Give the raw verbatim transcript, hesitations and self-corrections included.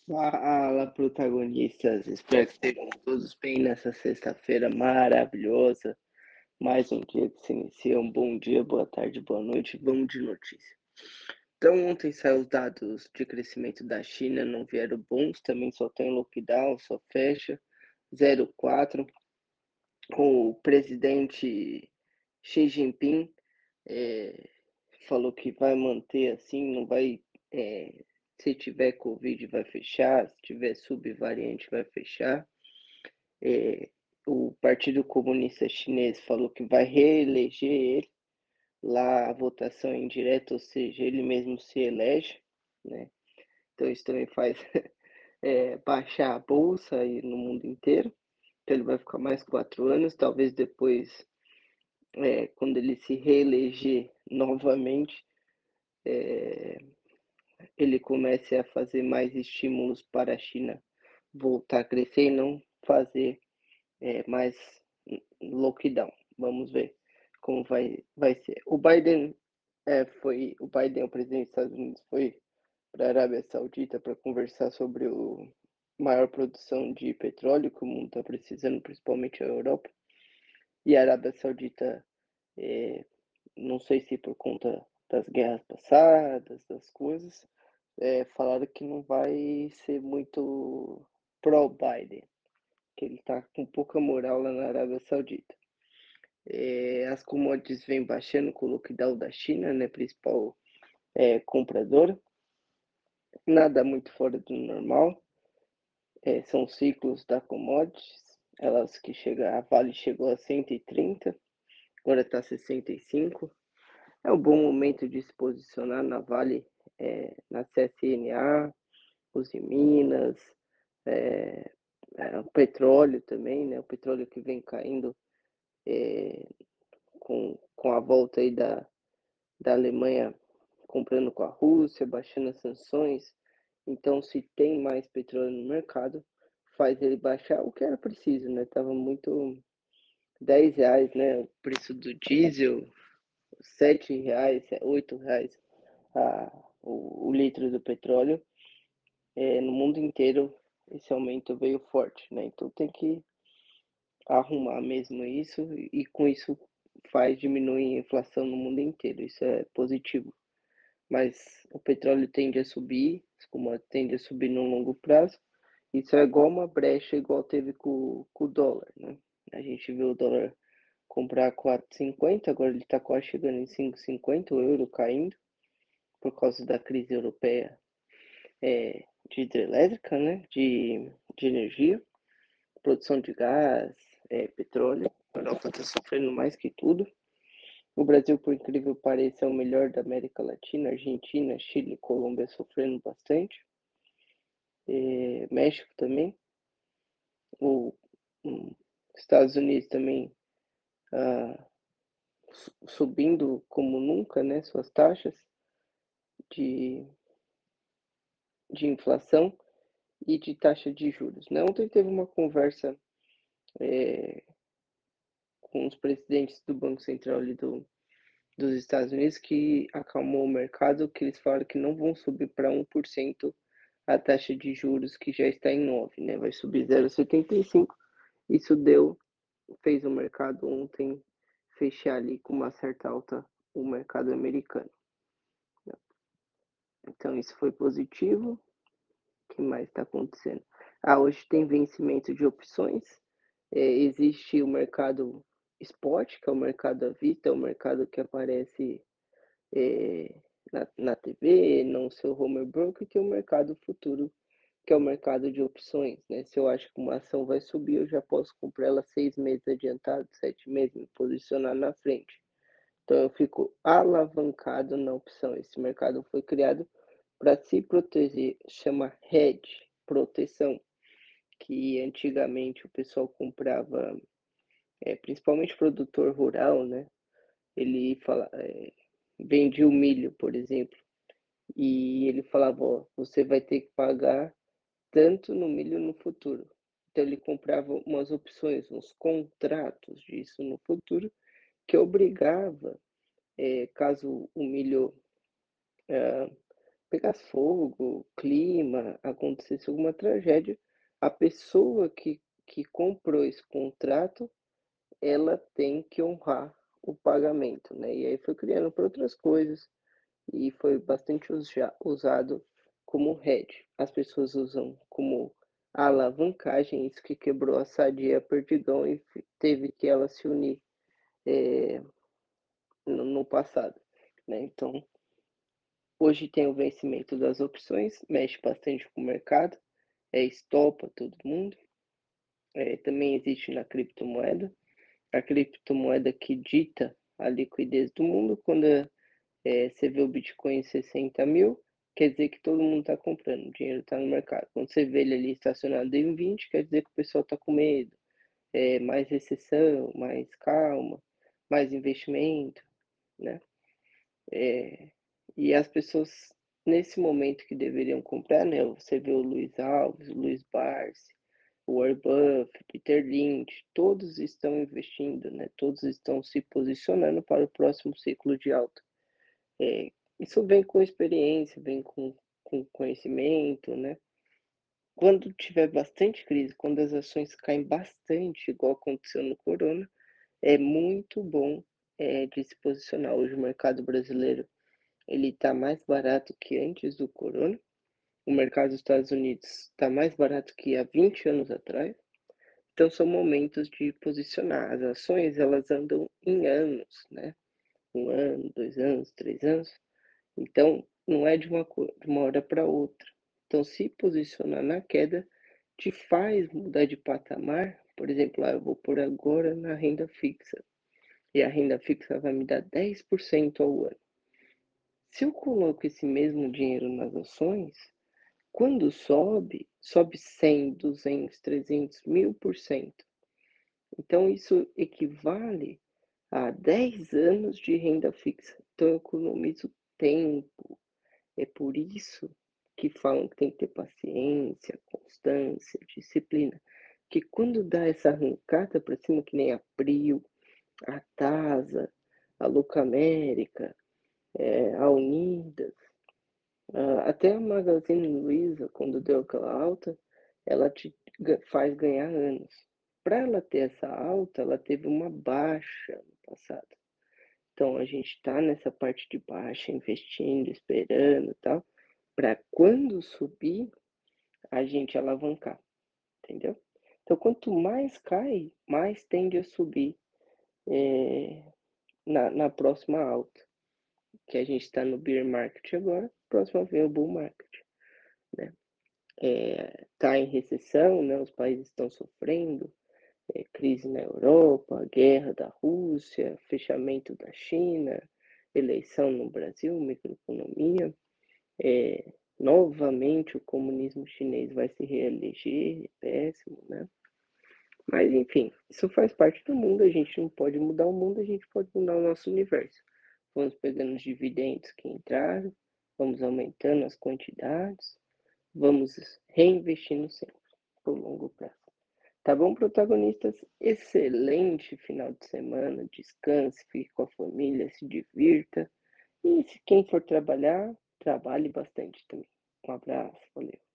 Fala, protagonistas! Espero que estejam todos bem nessa sexta-feira maravilhosa. Mais um dia que se inicia. Um bom dia, boa tarde, boa noite. Vamos de notícia. Então, ontem saiu os dados de crescimento da China, não vieram bons, também só tem lockdown, só fecha, zero vírgula quatro. O presidente Xi Jinping é, falou que vai manter assim, não vai. É, se tiver Covid, vai fechar, se tiver subvariante, vai fechar. É, o Partido Comunista Chinês falou que vai reeleger ele. Lá a votação é indireta, ou seja, ele mesmo se elege, né? Então isso também faz é, baixar a bolsa aí no mundo inteiro. Então ele vai ficar mais quatro anos, talvez depois, é, quando ele se reeleger novamente, é, ele comece a fazer mais estímulos para a China voltar a crescer e não fazer é, mais lockdown. Vamos ver como vai, vai ser. O Biden é, foi o Biden, o presidente dos Estados Unidos, foi para a Arábia Saudita para conversar sobre o maior produção de petróleo que o mundo está precisando, principalmente a Europa. E a Arábia Saudita, é, não sei se por conta das guerras passadas, das coisas, é, falaram que não vai ser muito pró-Biden, que ele está com pouca moral lá na Arábia Saudita. É, as commodities vêm baixando com o lockdown da China, né, principal é, compradora. Nada muito fora do normal. É, são ciclos da commodities. Elas que chega, a Vale chegou a cento e trinta, agora está sessenta e cinco. É um bom momento de se posicionar na Vale, é, na C S N A, os de Minas, é, é, o petróleo também, né? O petróleo que vem caindo é, com, com a volta aí da, da Alemanha comprando com a Rússia, baixando as sanções. Então, se tem mais petróleo no mercado, faz ele baixar o que era preciso, né? Tava muito dez reais, né? O preço do diesel, sete reais, oito reais a, o, o litro do petróleo. É, no mundo inteiro esse aumento veio forte, né? Então tem que arrumar mesmo isso e, e com isso faz diminuir a inflação no mundo inteiro. Isso é positivo. Mas o petróleo tende a subir, como tende a subir no longo prazo. Isso é igual uma brecha, igual teve com, com o dólar, né? A gente viu o dólar comprar quatro e cinquenta, agora ele está quase chegando em cinco e cinquenta, o euro caindo por causa da crise europeia é, de hidrelétrica, né? De, de energia, produção de gás, é, petróleo. A Europa está sofrendo mais que tudo. O Brasil, por incrível que pareça, é o melhor da América Latina. Argentina, Chile, Colômbia sofrendo bastante. É, México também. O, um, Estados Unidos também ah, subindo como nunca, né, suas taxas de, de inflação e de taxa de juros. Né? Ontem teve uma conversa é, com os presidentes do Banco Central ali do, dos Estados Unidos que acalmou o mercado, que eles falaram que não vão subir para um por cento a taxa de juros que já está em nove, né? Vai subir zero vírgula setenta e cinco. Isso deu, fez o mercado ontem fechar ali com uma certa alta o mercado americano. Então isso foi positivo. O que mais está acontecendo? Ah, hoje tem vencimento de opções. É, existe o mercado spot, que é o mercado à vista, é o mercado que aparece é, na, na T V, no seu home broker, que é o mercado futuro, que é o mercado de opções, né? Se eu acho que uma ação vai subir, eu já posso comprar ela seis meses adiantado, sete meses, me posicionar na frente. Então eu fico alavancado na opção. Esse mercado foi criado para se proteger, chama hedge, proteção, que antigamente o pessoal comprava, é, principalmente produtor rural, né? Ele fala, é, vendia o milho, por exemplo, e ele falava, ó, você vai ter que pagar tanto no milho no futuro. Então ele comprava umas opções, uns contratos disso no futuro, que obrigava, é, caso o milho é, pegasse fogo, clima, acontecesse alguma tragédia, a pessoa que que comprou esse contrato, ela tem que honrar o pagamento, né. E aí foi criando para outras coisas, e foi bastante usa usado como hedge. As pessoas usam como alavancagem, isso que quebrou a Sadia, a Perdigão e f teve que ela se unir, eh, no no passado, né. Então, hoje tem o vencimento das opções, mexe bastante com o mercado, é stop para todo mundo. Eh, também existe na criptomoeda, a criptomoeda que dita a liquidez do mundo, quando, eh, você vê o Bitcoin em sessenta mil, quer dizer que todo mundo está comprando, o dinheiro está no mercado. Quando você vê ele ali estacionado em vinte, quer dizer que o pessoal está com medo, eh, mais recessão, mais calma, mais investimento, né. Eh, e as pessoas, nesse momento que deveriam comprar, né, você vê o Luiz Alves, o Luiz Barsi, o Warren Buffett, Peter Lynch, todos estão investindo, né, todos estão se posicionando para o próximo ciclo de alta. Eh, isso vem com experiência, vem com com conhecimento, né. Quando tiver bastante crise, quando as ações caem bastante, igual aconteceu no corona, é muito bom, eh, de se posicionar. Hoje o mercado brasileiro, ele está mais barato que antes do corona, o mercado dos Estados Unidos está mais barato que há vinte anos atrás, então são momentos de posicionar. As ações, elas andam em anos, né, um ano, dois anos, três anos, então não é de uma co de uma hora para outra. Então se posicionar na queda te faz mudar de patamar, por exemplo, ah, eu vou pôr agora na renda fixa, e a renda fixa vai me dar dez por cento ao ano. Se eu coloco esse mesmo dinheiro nas ações, quando sobe, sobe cem, duzentos, trezentos, mil por cento. Então isso equivale a dez anos de renda fixa. Então eu economizo tempo. É por isso que falam que tem que ter paciência, constância, disciplina, que quando dá essa arrancada para cima, que nem a Prio, a Tasa, a Locamérica, eh, a Unidas, ah, até a Magazine Luiza, quando deu aquela alta, ela te ga faz ganhar anos. Para ela ter essa alta, ela teve uma baixa no passado. Então a gente está nessa parte de baixa, investindo, esperando, e tal, para quando subir, a gente alavancar, entendeu? Então quanto mais cai, mais tende a subir, eh, na na próxima alta, que a gente está no bear market agora, próxima vem o bull market, né. Eh, tá em recessão, né, os países estão sofrendo, eh, crise na Europa, guerra da Rússia, fechamento da China, eleição no Brasil, microeconomia, eh, novamente o comunismo chinês vai se reeleger, péssimo, né. Mas enfim, isso faz parte do mundo, a gente não pode mudar o mundo, a gente pode mudar o nosso universo. Vamos pegando os dividendos que entraram, vamos aumentando as quantidades, vamos reinvestindo sempre, por longo prazo. Tá bom, protagonistas? Excelente final de semana, descanse, fique com a família, se divirta. E se quem for trabalhar, trabalhe bastante também. Um abraço, valeu.